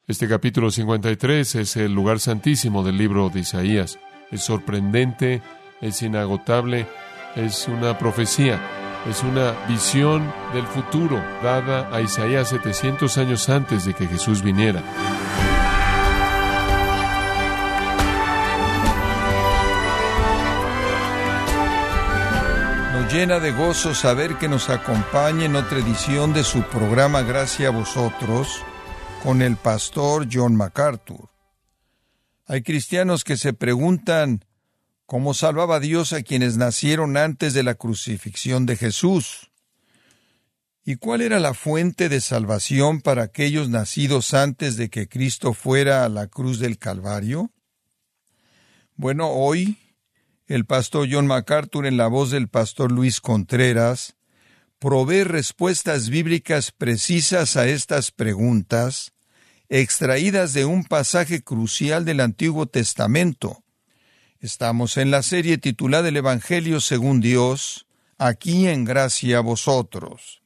Este capítulo 53 es el lugar santísimo del libro de Isaías. Es sorprendente, es inagotable, es una profecía, es una visión del futuro dada a Isaías 700 años antes de que Jesús viniera. Nos llena de gozo saber que nos acompaña en otra edición de su programa Gracia a Vosotros, con el pastor John MacArthur. Hay cristianos que se preguntan cómo salvaba Dios a quienes nacieron antes de la crucifixión de Jesús. ¿Y cuál era la fuente de salvación para aquellos nacidos antes de que Cristo fuera a la cruz del Calvario? Bueno, hoy el pastor John MacArthur, en la voz del pastor Luis Contreras, provee respuestas bíblicas precisas a estas preguntas, extraídas de un pasaje crucial del Antiguo Testamento. Estamos en la serie titulada El Evangelio según Dios, aquí en Gracia a Vosotros.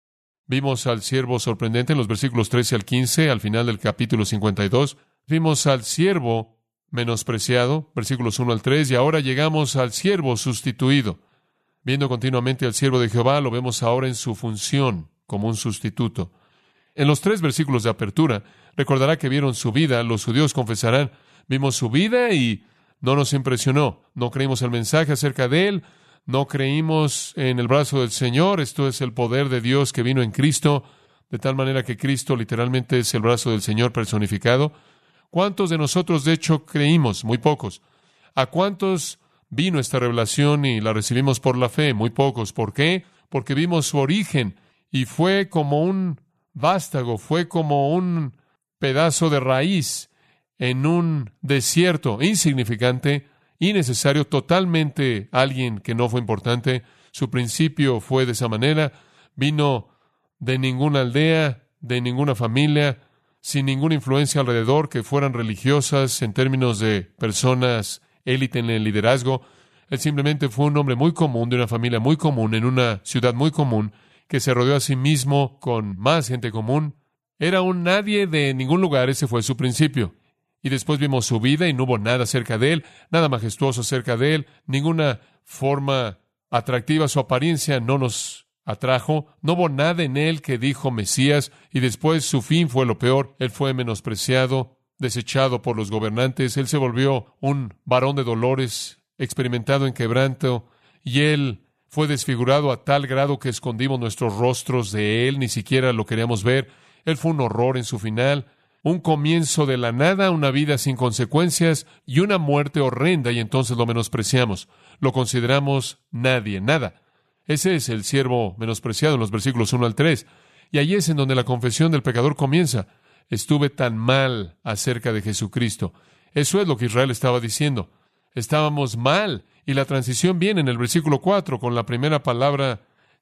Vimos al siervo sorprendente en los versículos 13 al 15, al final del capítulo 52. Vimos al siervo menospreciado, versículos 1 al 3, y ahora llegamos al siervo sustituido. Viendo continuamente al siervo de Jehová, lo vemos ahora en su función como un sustituto. En los 3 versículos de apertura, recordará que vieron su vida, los judíos confesarán, vimos su vida y no nos impresionó, no creímos el mensaje acerca de él, no creímos en el brazo del Señor. Esto es el poder de Dios que vino en Cristo, de tal manera que Cristo literalmente es el brazo del Señor personificado. ¿Cuántos de nosotros de hecho creímos? Muy pocos. ¿A cuántos vino esta revelación y la recibimos por la fe? Muy pocos. ¿Por qué? Porque vimos su origen y fue como un vástago, fue como un pedazo de raíz en un desierto insignificante, innecesario, totalmente alguien que no fue importante. Su principio fue de esa manera. Vino de ninguna aldea, de ninguna familia, sin ninguna influencia alrededor que fueran religiosas en términos de personas élite en el liderazgo. Él simplemente fue un hombre muy común, de una familia muy común, en una ciudad muy común, que se rodeó a sí mismo con más gente común. Era un nadie de ningún lugar, ese fue su principio. Y después vimos su vida y no hubo nada cerca de él, nada majestuoso cerca de él, ninguna forma atractiva. Su apariencia no nos atrajo, no hubo nada en él que dijo Mesías, y después su fin fue lo peor. Él fue menospreciado, desechado por los gobernantes. Él se volvió un varón de dolores, experimentado en quebranto, y él fue desfigurado a tal grado que escondimos nuestros rostros de él, ni siquiera lo queríamos ver. Él fue un horror en su final, un comienzo de la nada, una vida sin consecuencias y una muerte horrenda, y entonces lo menospreciamos. Lo consideramos nadie, nada. Ese es el siervo menospreciado en los versículos 1 al 3. Y allí es en donde la confesión del pecador comienza. Estuve tan mal acerca de Jesucristo. Eso es lo que Israel estaba diciendo. Estábamos mal. Y la transición viene en el versículo 4 con la primera palabra,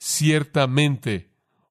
ciertamente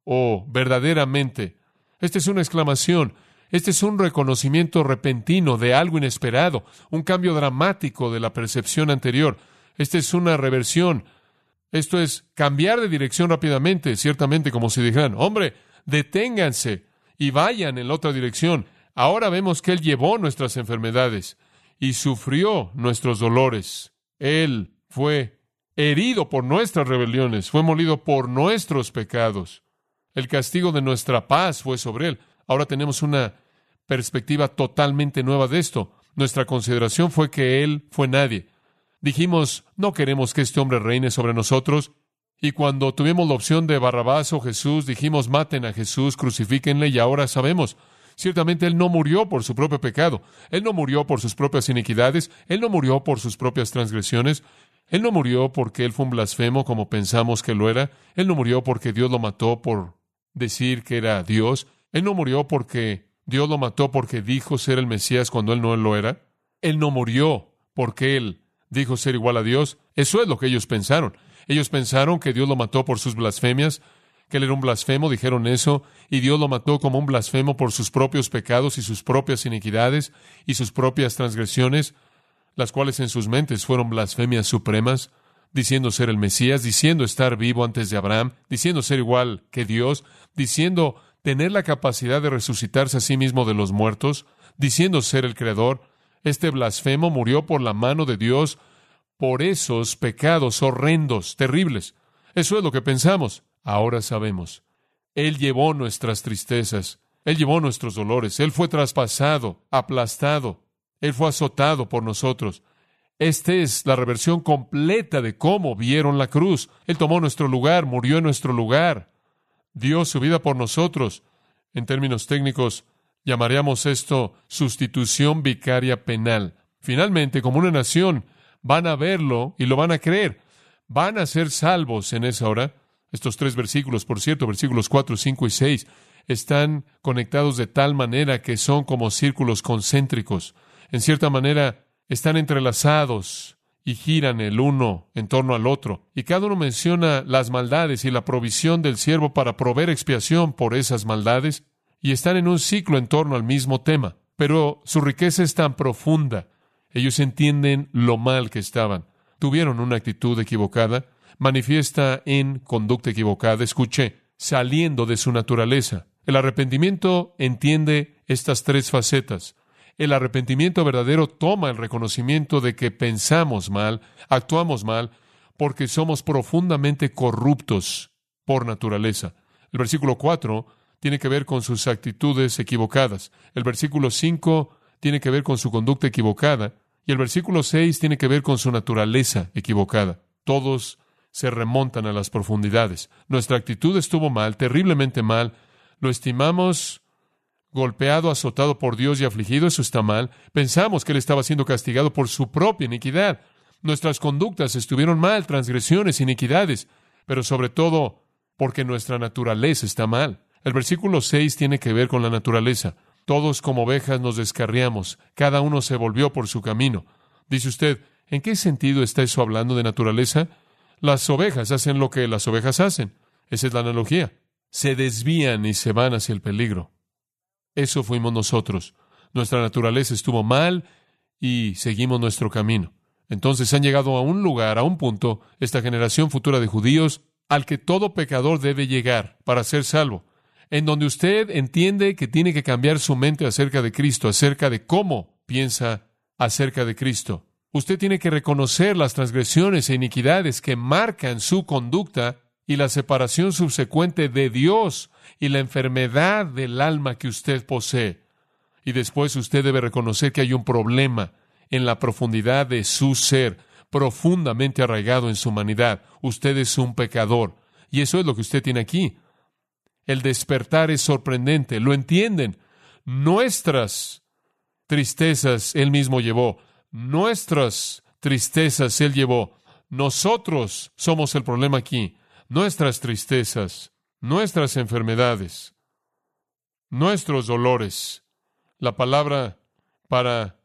o verdaderamente. Esta es una exclamación. Este es un reconocimiento repentino de algo inesperado, un cambio dramático de la percepción anterior. Esta es una reversión. Esto es cambiar de dirección rápidamente, ciertamente, como si dijeran, hombre, deténganse y vayan en la otra dirección. Ahora vemos que Él llevó nuestras enfermedades y sufrió nuestros dolores. Él fue herido por nuestras rebeliones, fue molido por nuestros pecados. El castigo de nuestra paz fue sobre Él. Ahora tenemos una perspectiva totalmente nueva de esto. Nuestra consideración fue que Él fue nadie. Dijimos, no queremos que este hombre reine sobre nosotros. Y cuando tuvimos la opción de Barrabás o Jesús, dijimos, maten a Jesús, crucifíquenle, y ahora sabemos. Ciertamente Él no murió por su propio pecado. Él no murió por sus propias iniquidades. Él no murió por sus propias transgresiones. Él no murió porque Él fue un blasfemo como pensamos que lo era. Él no murió porque Dios lo mató por decir que era Dios. Él no murió porque Dios lo mató porque dijo ser el Mesías cuando Él no lo era. Él no murió porque Él dijo ser igual a Dios. Eso es lo que ellos pensaron. Ellos pensaron que Dios lo mató por sus blasfemias, que Él era un blasfemo, dijeron eso, y Dios lo mató como un blasfemo por sus propios pecados y sus propias iniquidades y sus propias transgresiones, las cuales en sus mentes fueron blasfemias supremas, diciendo ser el Mesías, diciendo estar vivo antes de Abraham, diciendo ser igual que Dios, diciendo tener la capacidad de resucitarse a sí mismo de los muertos, diciendo ser el Creador. Este blasfemo murió por la mano de Dios por esos pecados horrendos, terribles. Eso es lo que pensamos. Ahora sabemos. Él llevó nuestras tristezas. Él llevó nuestros dolores. Él fue traspasado, aplastado. Él fue azotado por nosotros. Esta es la reversión completa de cómo vieron la cruz. Él tomó nuestro lugar, murió en nuestro lugar, dio su vida por nosotros. En términos técnicos, llamaríamos esto sustitución vicaria penal. Finalmente, como una nación, van a verlo y lo van a creer. Van a ser salvos en esa hora. Estos 3 versículos, por cierto, versículos 4, 5 y 6, están conectados de tal manera que son como círculos concéntricos. En cierta manera, están entrelazados y giran el uno en torno al otro. Y cada uno menciona las maldades y la provisión del siervo para proveer expiación por esas maldades. Y están en un ciclo en torno al mismo tema. Pero su riqueza es tan profunda. Ellos entienden lo mal que estaban. Tuvieron una actitud equivocada. Manifiesta en conducta equivocada. Escuché, saliendo de su naturaleza. El arrepentimiento entiende estas 3 facetas. El arrepentimiento verdadero toma el reconocimiento de que pensamos mal, actuamos mal, porque somos profundamente corruptos por naturaleza. El versículo 4 tiene que ver con sus actitudes equivocadas. El versículo 5 tiene que ver con su conducta equivocada. Y el versículo 6 tiene que ver con su naturaleza equivocada. Todos se remontan a las profundidades. Nuestra actitud estuvo mal, terriblemente mal. Lo estimamos golpeado, azotado por Dios y afligido. Eso está mal. Pensamos que Él estaba siendo castigado por su propia iniquidad. Nuestras conductas estuvieron mal, transgresiones, iniquidades, pero sobre todo porque nuestra naturaleza está mal. El versículo 6 tiene que ver con la naturaleza. Todos como ovejas nos descarriamos. Cada uno se volvió por su camino. Dice usted, ¿en qué sentido está eso hablando de naturaleza? Las ovejas hacen lo que las ovejas hacen. Esa es la analogía. Se desvían y se van hacia el peligro. Eso fuimos nosotros. Nuestra naturaleza estuvo mal y seguimos nuestro camino. Entonces han llegado a un lugar, a un punto, esta generación futura de judíos, al que todo pecador debe llegar para ser salvo, en donde usted entiende que tiene que cambiar su mente acerca de Cristo, acerca de cómo piensa acerca de Cristo. Usted tiene que reconocer las transgresiones e iniquidades que marcan su conducta y la separación subsecuente de Dios y la enfermedad del alma que usted posee. Y después usted debe reconocer que hay un problema en la profundidad de su ser, profundamente arraigado en su humanidad. Usted es un pecador. Y eso es lo que usted tiene aquí. El despertar es sorprendente. ¿Lo entienden? Nuestras tristezas Él mismo llevó. Nuestras tristezas Él llevó. Nosotros somos el problema aquí. Nuestras tristezas, nuestras enfermedades, nuestros dolores. La palabra para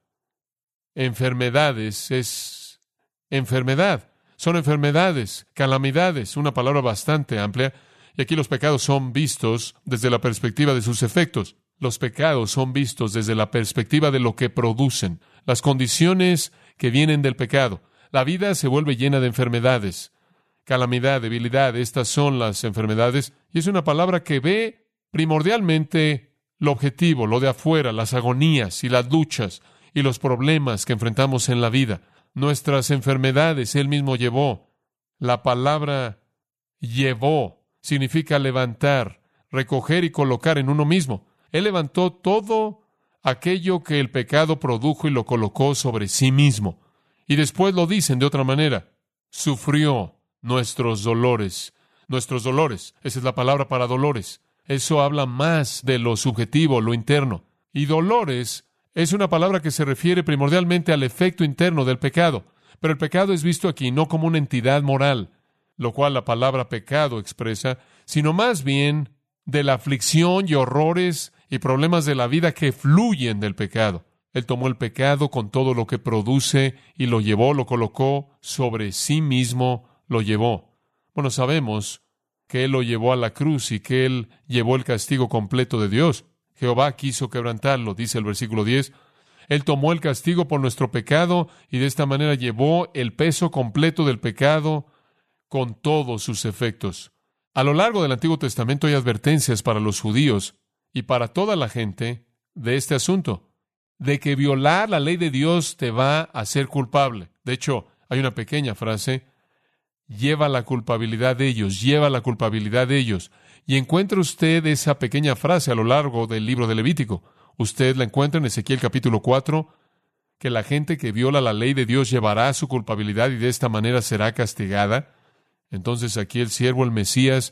enfermedades es enfermedad. Son enfermedades, calamidades, una palabra bastante amplia. Y aquí los pecados son vistos desde la perspectiva de sus efectos. Los pecados son vistos desde la perspectiva de lo que producen, las condiciones que vienen del pecado. La vida se vuelve llena de enfermedades, calamidad, debilidad. Estas son las enfermedades. Y es una palabra que ve primordialmente lo objetivo, lo de afuera, las agonías y las luchas y los problemas que enfrentamos en la vida. Nuestras enfermedades Él mismo llevó. La palabra llevó significa levantar, recoger y colocar en uno mismo. Él levantó todo aquello que el pecado produjo y lo colocó sobre sí mismo. Y después lo dicen de otra manera. Sufrió nuestros dolores. Nuestros dolores. Esa es la palabra para dolores. Eso habla más de lo subjetivo, lo interno. Y dolores es una palabra que se refiere primordialmente al efecto interno del pecado. Pero el pecado es visto aquí no como una entidad moral, lo cual la palabra pecado expresa, sino más bien de la aflicción y horrores y problemas de la vida que fluyen del pecado. Él tomó el pecado con todo lo que produce y lo llevó, lo colocó sobre sí mismo, lo llevó. Bueno, sabemos que Él lo llevó a la cruz y que Él llevó el castigo completo de Dios. Jehová quiso quebrantarlo, dice el versículo 10. Él tomó el castigo por nuestro pecado y de esta manera llevó el peso completo del pecado con todos sus efectos. A lo largo del Antiguo Testamento hay advertencias para los judíos y para toda la gente de este asunto, de que violar la ley de Dios te va a hacer culpable. De hecho, hay una pequeña frase: lleva la culpabilidad de ellos, lleva la culpabilidad de ellos. Y encuentra usted esa pequeña frase a lo largo del libro de Levítico. Usted la encuentra en Ezequiel capítulo 4, que la gente que viola la ley de Dios llevará su culpabilidad y de esta manera será castigada. Entonces aquí el siervo, el Mesías,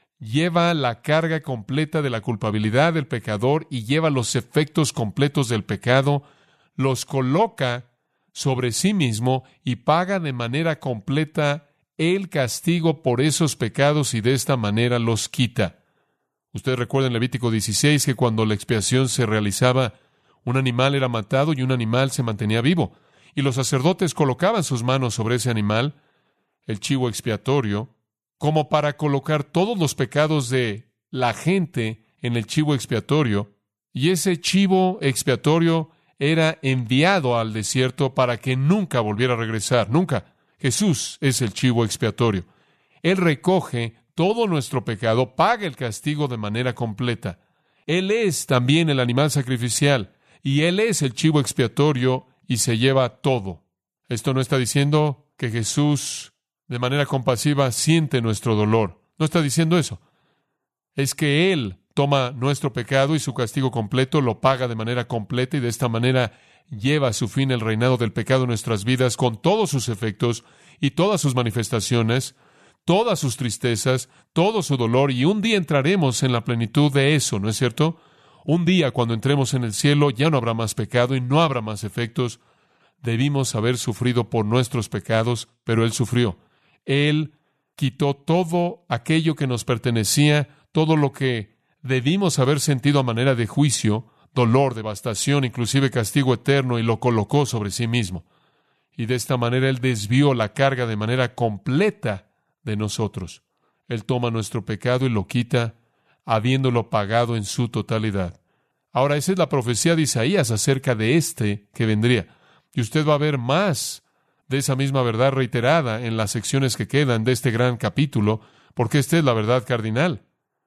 lleva la carga completa de la culpabilidad del pecador y lleva los efectos completos del pecado, los coloca sobre sí mismo y paga de manera completa el castigo por esos pecados y de esta manera los quita. Usted recuerda en Levítico 16 que cuando la expiación se realizaba, un animal era matado y un animal se mantenía vivo, y los sacerdotes colocaban sus manos sobre ese animal, el chivo expiatorio, como para colocar todos los pecados de la gente en el chivo expiatorio, y ese chivo expiatorio era enviado al desierto para que nunca volviera a regresar, nunca. Jesús es el chivo expiatorio. Él recoge todo nuestro pecado, paga el castigo de manera completa. Él es también el animal sacrificial, y Él es el chivo expiatorio y se lleva todo. Esto no está diciendo que Jesús, de manera compasiva, siente nuestro dolor. No está diciendo eso. Es que Él toma nuestro pecado y su castigo completo lo paga de manera completa y de esta manera lleva a su fin el reinado del pecado en nuestras vidas con todos sus efectos y todas sus manifestaciones, todas sus tristezas, todo su dolor, y un día entraremos en la plenitud de eso, ¿no es cierto? Un día, cuando entremos en el cielo, ya no habrá más pecado y no habrá más efectos. Debimos haber sufrido por nuestros pecados, pero Él sufrió. Él quitó todo aquello que nos pertenecía, todo lo que debimos haber sentido a manera de juicio, dolor, devastación, inclusive castigo eterno, y lo colocó sobre sí mismo. Y de esta manera Él desvió la carga de manera completa de nosotros. Él toma nuestro pecado y lo quita, habiéndolo pagado en su totalidad. Ahora, esa es la profecía de Isaías acerca de este que vendría. Y usted va a ver más de esa misma verdad reiterada en las secciones que quedan de este gran capítulo, porque esta es la verdad cardinal.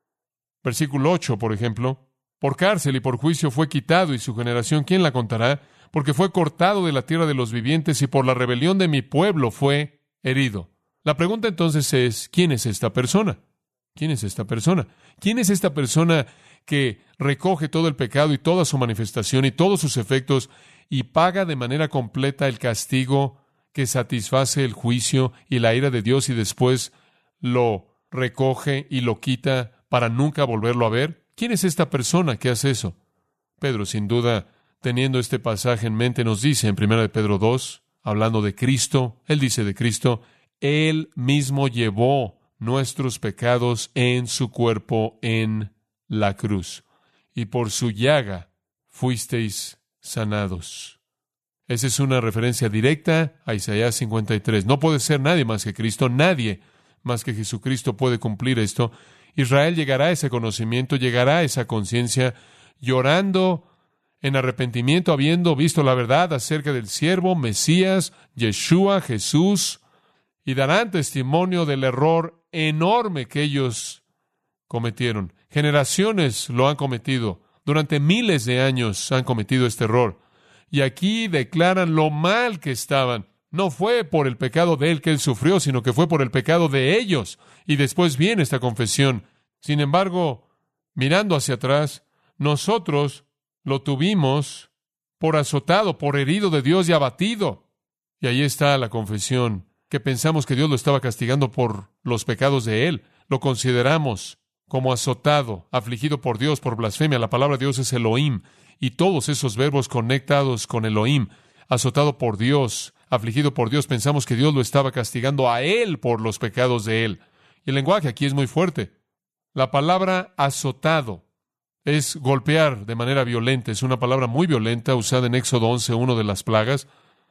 Versículo 8, por ejemplo: por cárcel y por juicio fue quitado, y su generación, ¿quién la contará? Porque fue cortado de la tierra de los vivientes, y por la rebelión de mi pueblo fue herido. La pregunta entonces es, ¿quién es esta persona? ¿Quién es esta persona? ¿Quién es esta persona que recoge todo el pecado y toda su manifestación y todos sus efectos y paga de manera completa el castigo que satisface el juicio y la ira de Dios y después lo recoge y lo quita para nunca volverlo a ver? ¿Quién es esta persona que hace eso? Pedro, sin duda, teniendo este pasaje en mente, nos dice en 1 Pedro 2, hablando de Cristo, él dice de Cristo: Él mismo llevó nuestros pecados en su cuerpo en la cruz, y por su llaga fuisteis sanados. Esa es una referencia directa a Isaías 53. No puede ser nadie más que Cristo, nadie más que Jesucristo puede cumplir esto. Israel llegará a ese conocimiento, llegará a esa conciencia, llorando en arrepentimiento, habiendo visto la verdad acerca del siervo, Mesías, Yeshua, Jesús, y darán testimonio del error enorme que ellos cometieron. Generaciones lo han cometido. Durante miles de años han cometido este error. Y aquí declaran lo mal que estaban. No fue por el pecado de él que él sufrió, sino que fue por el pecado de ellos. Y después viene esta confesión. Sin embargo, mirando hacia atrás, nosotros lo tuvimos por azotado, por herido de Dios y abatido. Y ahí está la confesión, que pensamos que Dios lo estaba castigando por los pecados de él. Lo consideramos como azotado, afligido por Dios por blasfemia. La palabra de Dios es Elohim, y todos esos verbos conectados con Elohim, azotado por Dios, afligido por Dios, pensamos que Dios lo estaba castigando a él por los pecados de él. Y el lenguaje aquí es muy fuerte. La palabra azotado es golpear de manera violenta. Es una palabra muy violenta usada en Éxodo 11, una de las plagas.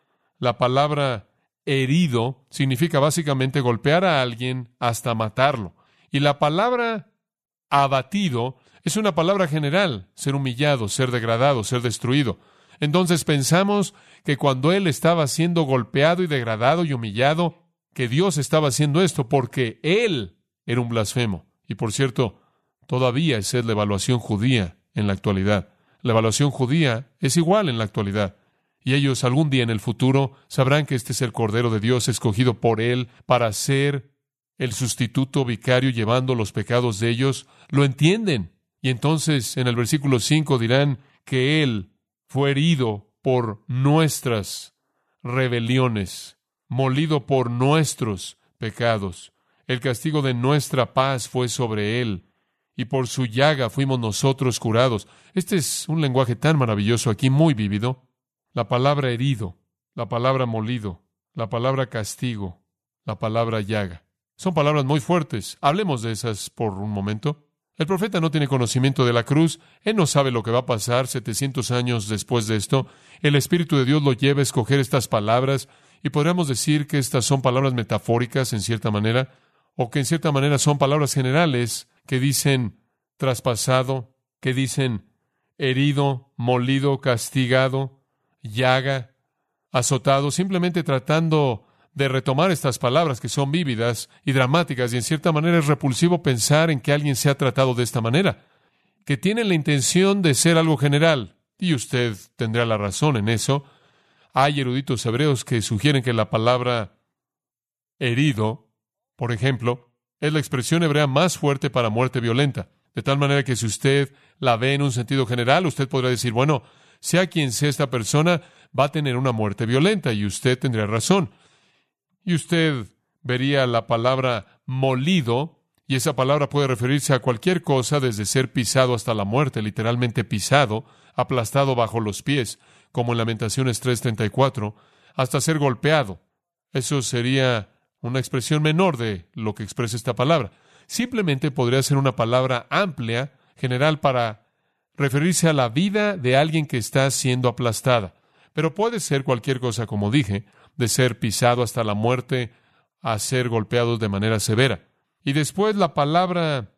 La palabra herido significa básicamente golpear a alguien hasta matarlo. Y la palabra abatido es una palabra general: ser humillado, ser degradado, ser destruido. Entonces pensamos que cuando él estaba siendo golpeado y degradado y humillado, que Dios estaba haciendo esto porque él era un blasfemo. Y por cierto, todavía esa es la evaluación judía en la actualidad. La evaluación judía es igual en la actualidad. Y ellos algún día en el futuro sabrán que este es el Cordero de Dios escogido por Él para ser el sustituto vicario llevando los pecados de ellos. Lo entienden. Y entonces en el versículo 5 dirán que Él fue herido por nuestras rebeliones, molido por nuestros pecados. El castigo de nuestra paz fue sobre Él, y por su llaga fuimos nosotros curados. Este es un lenguaje tan maravilloso aquí, muy vívido. La palabra herido, la palabra molido, la palabra castigo, la palabra llaga. Son palabras muy fuertes. Hablemos de esas por un momento. El profeta no tiene conocimiento de la cruz. Él no sabe lo que va a pasar 700 años después de esto. El Espíritu de Dios lo lleva a escoger estas palabras, y podríamos decir que estas son palabras metafóricas en cierta manera, o que en cierta manera son palabras generales que dicen traspasado, que dicen herido, molido, castigado, llaga, azotado, simplemente tratando de retomar estas palabras que son vívidas y dramáticas, y en cierta manera es repulsivo pensar en que alguien sea tratado de esta manera, que tienen la intención de ser algo general, y usted tendrá la razón en eso. Hay eruditos hebreos que sugieren que la palabra herido, por ejemplo, es la expresión hebrea más fuerte para muerte violenta, de tal manera que si usted la ve en un sentido general, usted podrá decir, bueno, sea quien sea esta persona, va a tener una muerte violenta, y usted tendría razón. Y usted vería la palabra molido, y esa palabra puede referirse a cualquier cosa, desde ser pisado hasta la muerte, literalmente pisado, aplastado bajo los pies, como en Lamentaciones 3:34, hasta ser golpeado. Eso sería una expresión menor de lo que expresa esta palabra. Simplemente podría ser una palabra amplia, general, para referirse a la vida de alguien que está siendo aplastada. Pero puede ser cualquier cosa, como dije, de ser pisado hasta la muerte a ser golpeados de manera severa. Y después la palabra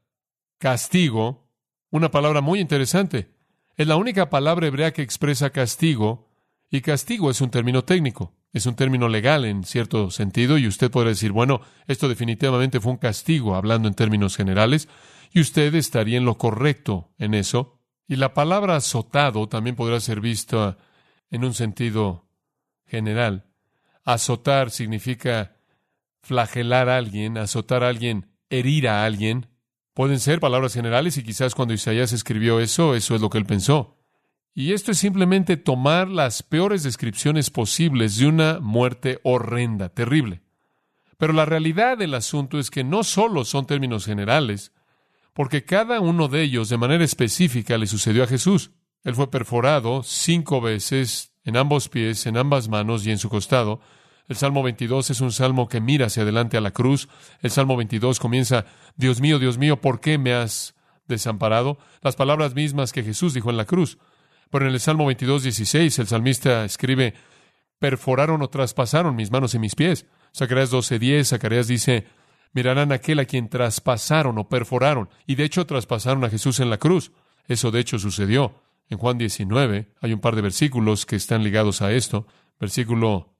castigo, una palabra muy interesante. Es la única palabra hebrea que expresa castigo, y castigo es un término técnico, es un término legal en cierto sentido, y usted podrá decir, bueno, esto definitivamente fue un castigo, hablando en términos generales, y usted estaría en lo correcto en eso. Y la palabra azotado también podrá ser vista en un sentido general. Azotar significa flagelar a alguien, azotar a alguien, herir a alguien. Pueden ser palabras generales, y quizás cuando Isaías escribió eso es lo que él pensó. Y esto es simplemente tomar las peores descripciones posibles de una muerte horrenda, terrible. Pero la realidad del asunto es que no solo son términos generales, porque cada uno de ellos de manera específica le sucedió a Jesús. Él fue perforado 5 veces en ambos pies, en ambas manos y en su costado. El Salmo 22 es un salmo que mira hacia adelante a la cruz. El Salmo 22 comienza, Dios mío, ¿por qué me has desamparado? Las palabras mismas que Jesús dijo en la cruz. Pero en el Salmo 22:16 el salmista escribe, perforaron o traspasaron mis manos y mis pies. Zacarías 12:10, Zacarías dice, mirarán a aquel a quien traspasaron o perforaron. Y de hecho traspasaron a Jesús en la cruz. Eso de hecho sucedió. En Juan 19 hay un par de versículos que están ligados a esto. Versículo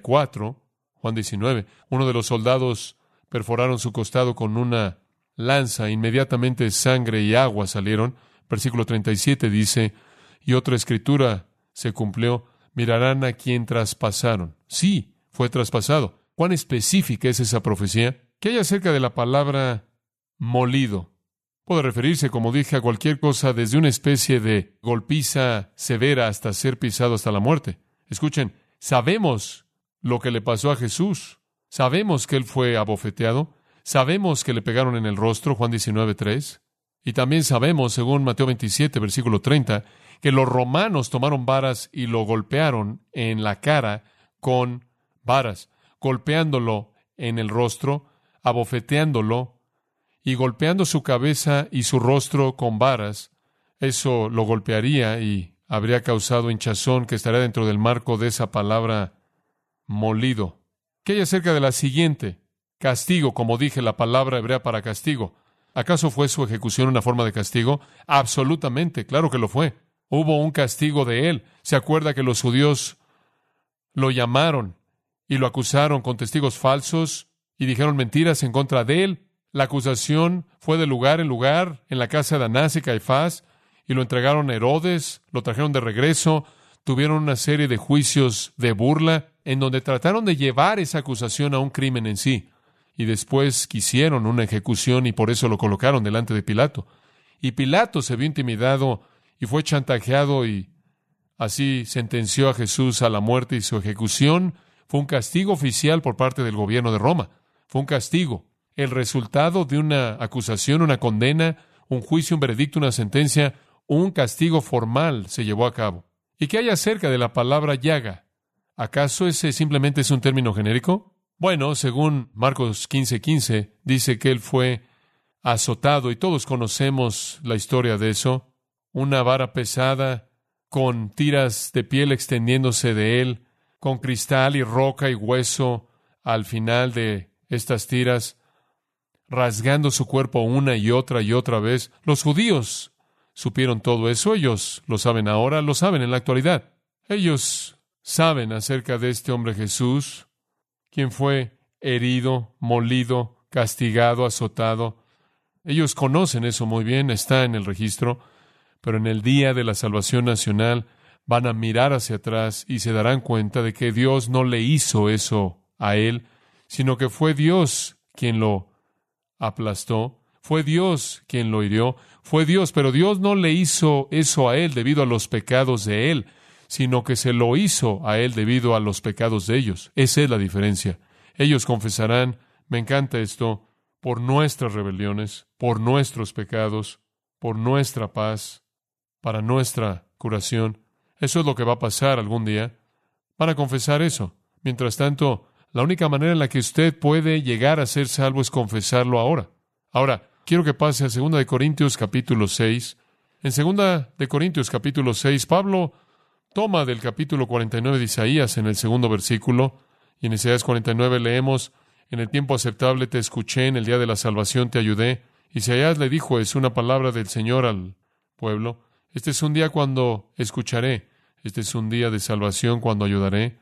34, Juan 19. Uno de los soldados perforaron su costado con una lanza. Inmediatamente sangre y agua salieron. Versículo 37 dice, y otra escritura se cumplió, mirarán a quien traspasaron. Sí, fue traspasado. ¿Cuán específica es esa profecía? ¿Qué hay acerca de la palabra molido? Puede referirse, como dije, a cualquier cosa desde una especie de golpiza severa hasta ser pisado hasta la muerte. Escuchen, sabemos lo que le pasó a Jesús. Sabemos que él fue abofeteado. Sabemos que le pegaron en el rostro, Juan 19:3. Y también sabemos, según Mateo 27, versículo 30, que los romanos tomaron varas y lo golpearon en la cara con varas, golpeándolo en el rostro, abofeteándolo y golpeando su cabeza y su rostro con varas. Eso lo golpearía y habría causado hinchazón que estaría dentro del marco de esa palabra molido. ¿Qué hay acerca de la siguiente? Castigo, como dije, la palabra hebrea para castigo. ¿Acaso fue su ejecución una forma de castigo? Absolutamente, claro que lo fue. Hubo un castigo de él. ¿Se acuerda que los judíos lo llamaron y lo acusaron con testigos falsos y dijeron mentiras en contra de él? La acusación fue de lugar en lugar en la casa de Anás y Caifás, y lo entregaron a Herodes, lo trajeron de regreso, tuvieron una serie de juicios de burla, en donde trataron de llevar esa acusación a un crimen en sí, y después quisieron una ejecución y por eso lo colocaron delante de Pilato. Y Pilato se vio intimidado y fue chantajeado y así sentenció a Jesús a la muerte, y su ejecución fue un castigo oficial por parte del gobierno de Roma. Fue un castigo, el resultado de una acusación, una condena, un juicio, un veredicto, una sentencia, un castigo formal se llevó a cabo. ¿Y qué hay acerca de la palabra llaga? ¿Acaso ese simplemente es un término genérico? Bueno, según Marcos 15:15, dice que él fue azotado, y todos conocemos la historia de eso. Una vara pesada con tiras de piel extendiéndose de él, con cristal y roca y hueso al final de estas tiras, rasgando su cuerpo una y otra vez. Los judíos supieron todo eso. Ellos lo saben ahora, lo saben en la actualidad. Ellos saben acerca de este hombre Jesús, quien fue herido, molido, castigado, azotado. Ellos conocen eso muy bien, está en el registro, pero en el día de la salvación nacional van a mirar hacia atrás y se darán cuenta de que Dios no le hizo eso a él, sino que fue Dios quien lo aplastó, fue Dios quien lo hirió, fue Dios, pero Dios no le hizo eso a él debido a los pecados de él, sino que se lo hizo a él debido a los pecados de ellos. Esa es la diferencia. Ellos confesarán, me encanta esto, por nuestras rebeliones, por nuestros pecados, por nuestra paz, para nuestra curación. Eso es lo que va a pasar algún día. Van a confesar eso. Mientras tanto, la única manera en la que usted puede llegar a ser salvo es confesarlo ahora. Ahora, quiero que pase a 2 de Corintios capítulo 6. En 2 de Corintios capítulo 6, Pablo toma del capítulo 49 de Isaías en el segundo versículo, y en Isaías 49 leemos, en el tiempo aceptable te escuché, en el día de la salvación te ayudé. Isaías le dijo, es una palabra del Señor al pueblo, este es un día cuando escucharé, este es un día de salvación cuando ayudaré.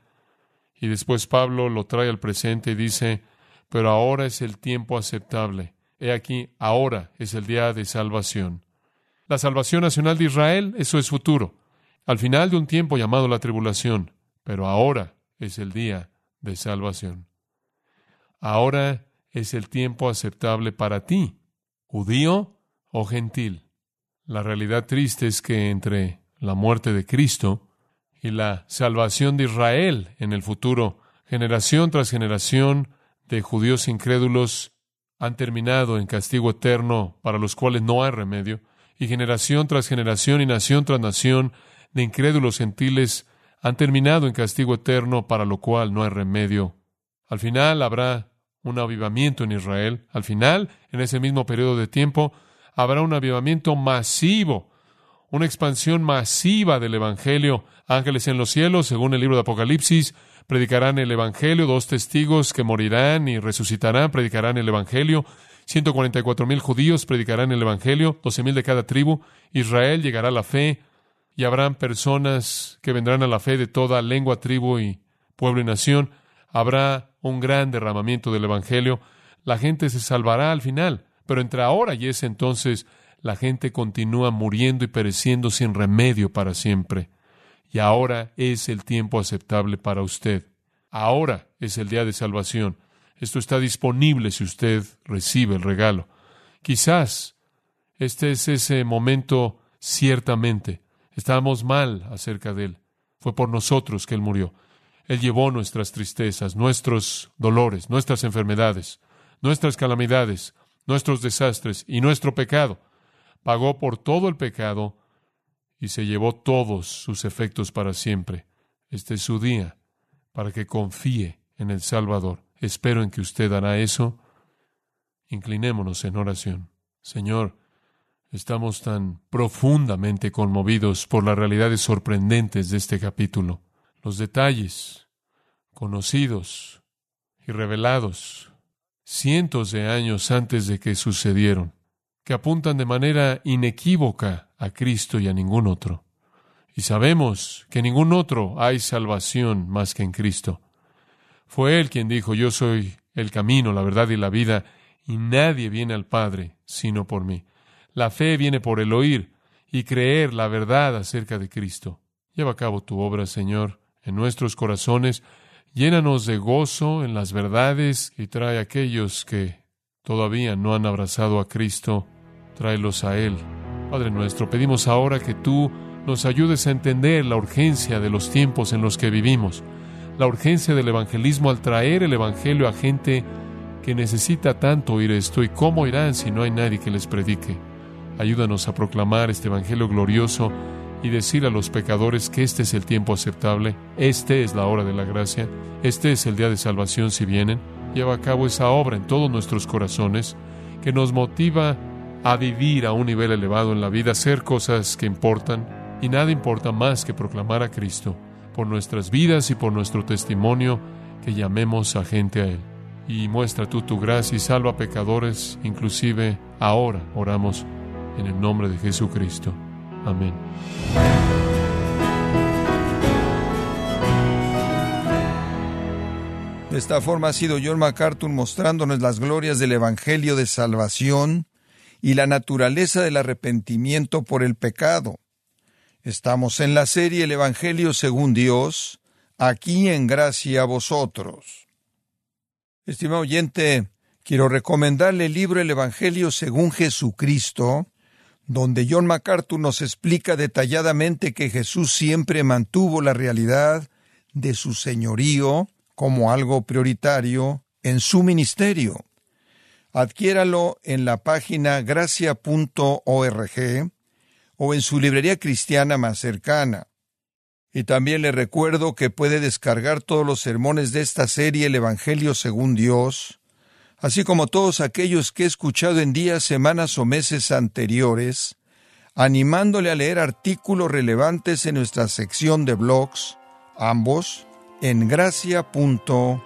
Y después Pablo lo trae al presente y dice, pero ahora es el tiempo aceptable. He aquí, ahora es el día de salvación. La salvación nacional de Israel, eso es futuro, al final de un tiempo llamado la tribulación, pero ahora es el día de salvación. Ahora es el tiempo aceptable para ti, judío o gentil. La realidad triste es que entre la muerte de Cristo y la salvación de Israel en el futuro, generación tras generación de judíos incrédulos han terminado en castigo eterno para los cuales no hay remedio, y generación tras generación y nación tras nación de incrédulos gentiles han terminado en castigo eterno para lo cual no hay remedio. Al final habrá un avivamiento en Israel. Al final, en ese mismo periodo de tiempo, habrá un avivamiento masivo, una expansión masiva del Evangelio. Ángeles en los cielos, según el libro de Apocalipsis, predicarán el Evangelio. 2 testigos que morirán y resucitarán predicarán el Evangelio. 144,000 judíos predicarán el Evangelio, 12,000 de cada tribu. Israel llegará a la fe, y habrán personas que vendrán a la fe de toda lengua, tribu y pueblo y nación. Habrá un gran derramamiento del Evangelio. La gente se salvará al final, pero entre ahora y ese entonces, la gente continúa muriendo y pereciendo sin remedio para siempre. Y ahora es el tiempo aceptable para usted. Ahora es el día de salvación. Esto está disponible si usted recibe el regalo. Quizás este es ese momento, ciertamente. Estábamos mal acerca de Él. Fue por nosotros que Él murió. Él llevó nuestras tristezas, nuestros dolores, nuestras enfermedades, nuestras calamidades, nuestros desastres y nuestro pecado. Pagó por todo el pecado y se llevó todos sus efectos para siempre. Este es su día para que confíe en el Salvador. Espero en que usted hará eso. Inclinémonos en oración. Señor, estamos tan profundamente conmovidos por las realidades sorprendentes de este capítulo. Los detalles conocidos y revelados cientos de años antes de que sucedieron, que apuntan de manera inequívoca a Cristo y a ningún otro. Y sabemos que en ningún otro hay salvación más que en Cristo. Fue Él quien dijo, yo soy el camino, la verdad y la vida, y nadie viene al Padre sino por mí. La fe viene por el oír y creer la verdad acerca de Cristo. Lleva a cabo tu obra, Señor, en nuestros corazones. Llénanos de gozo en las verdades y trae a aquellos que todavía no han abrazado a Cristo, tráelos a Él. Padre nuestro, pedimos ahora que tú nos ayudes a entender la urgencia de los tiempos en los que vivimos, la urgencia del evangelismo al traer el evangelio a gente que necesita tanto oír esto, y cómo irán si no hay nadie que les predique. Ayúdanos a proclamar este evangelio glorioso y decir a los pecadores que este es el tiempo aceptable, este es la hora de la gracia, este es el día de salvación si vienen. Lleva a cabo esa obra en todos nuestros corazones que nos motiva a vivir a un nivel elevado en la vida, hacer cosas que importan, y nada importa más que proclamar a Cristo por nuestras vidas y por nuestro testimonio, que llamemos a gente a Él. Y muestra tú tu gracia y salva a pecadores, inclusive ahora oramos en el nombre de Jesucristo. Amén. De esta forma ha sido John MacArthur mostrándonos las glorias del Evangelio de Salvación y la naturaleza del arrepentimiento por el pecado. Estamos en la serie El Evangelio según Dios, aquí en Gracia a Vosotros. Estimado oyente, quiero recomendarle el libro El Evangelio según Jesucristo, donde John MacArthur nos explica detalladamente que Jesús siempre mantuvo la realidad de su señorío como algo prioritario en su ministerio. Adquiéralo en la página gracia.org o en su librería cristiana más cercana. Y también le recuerdo que puede descargar todos los sermones de esta serie El Evangelio según Dios, así como todos aquellos que he escuchado en días, semanas o meses anteriores, animándole a leer artículos relevantes en nuestra sección de blogs, ambos en gracia.org.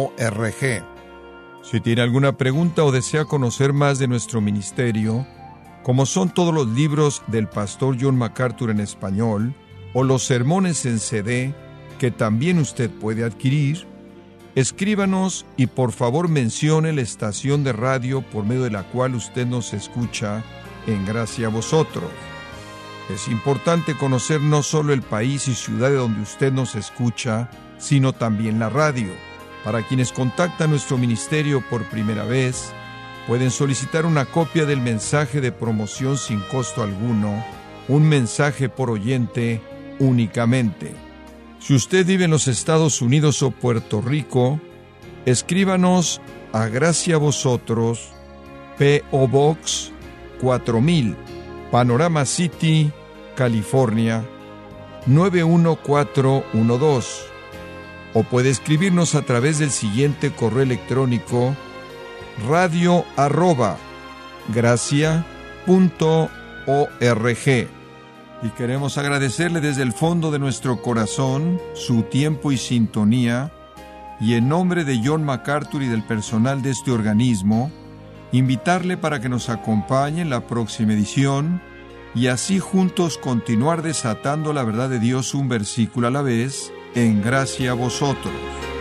Si tiene alguna pregunta o desea conocer más de nuestro ministerio, como son todos los libros del pastor John MacArthur en español, o los sermones en CD, que también usted puede adquirir, escríbanos y por favor mencione la estación de radio por medio de la cual usted nos escucha en Gracia a Vosotros. Es importante conocer no solo el país y ciudad de donde usted nos escucha, sino también la radio. Para quienes contactan nuestro ministerio por primera vez, pueden solicitar una copia del mensaje de promoción sin costo alguno, un mensaje por oyente únicamente. Si usted vive en los Estados Unidos o Puerto Rico, escríbanos a Gracia a Vosotros, P.O. Box 4000, Panorama City, California, 91412. O puede escribirnos a través del siguiente correo electrónico: radio@gracia.org. Y queremos agradecerle desde el fondo de nuestro corazón su tiempo y sintonía, y en nombre de John MacArthur y del personal de este organismo, invitarle para que nos acompañe en la próxima edición y así juntos continuar desatando la verdad de Dios un versículo a la vez en Gracia a Vosotros.